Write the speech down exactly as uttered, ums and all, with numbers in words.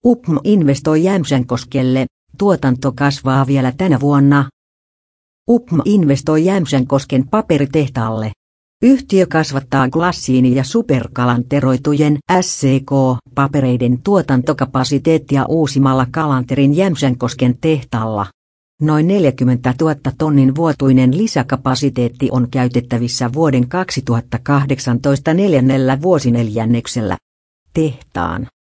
U P M investoi Jämsänkoskelle, tuotanto kasvaa vielä tänä vuonna. U P M investoi Jämsänkosken paperitehtaalle. Yhtiö kasvattaa glassiini- ja superkalanteroitujen S C K-papereiden tuotantokapasiteettia uusimalla kalanterin Jämsänkosken tehtaalla. Noin neljäkymmentätuhatta tonnin vuotuinen lisäkapasiteetti on käytettävissä vuoden kaksituhattakahdeksantoista neljännellä vuosineljänneksellä. Tehtaan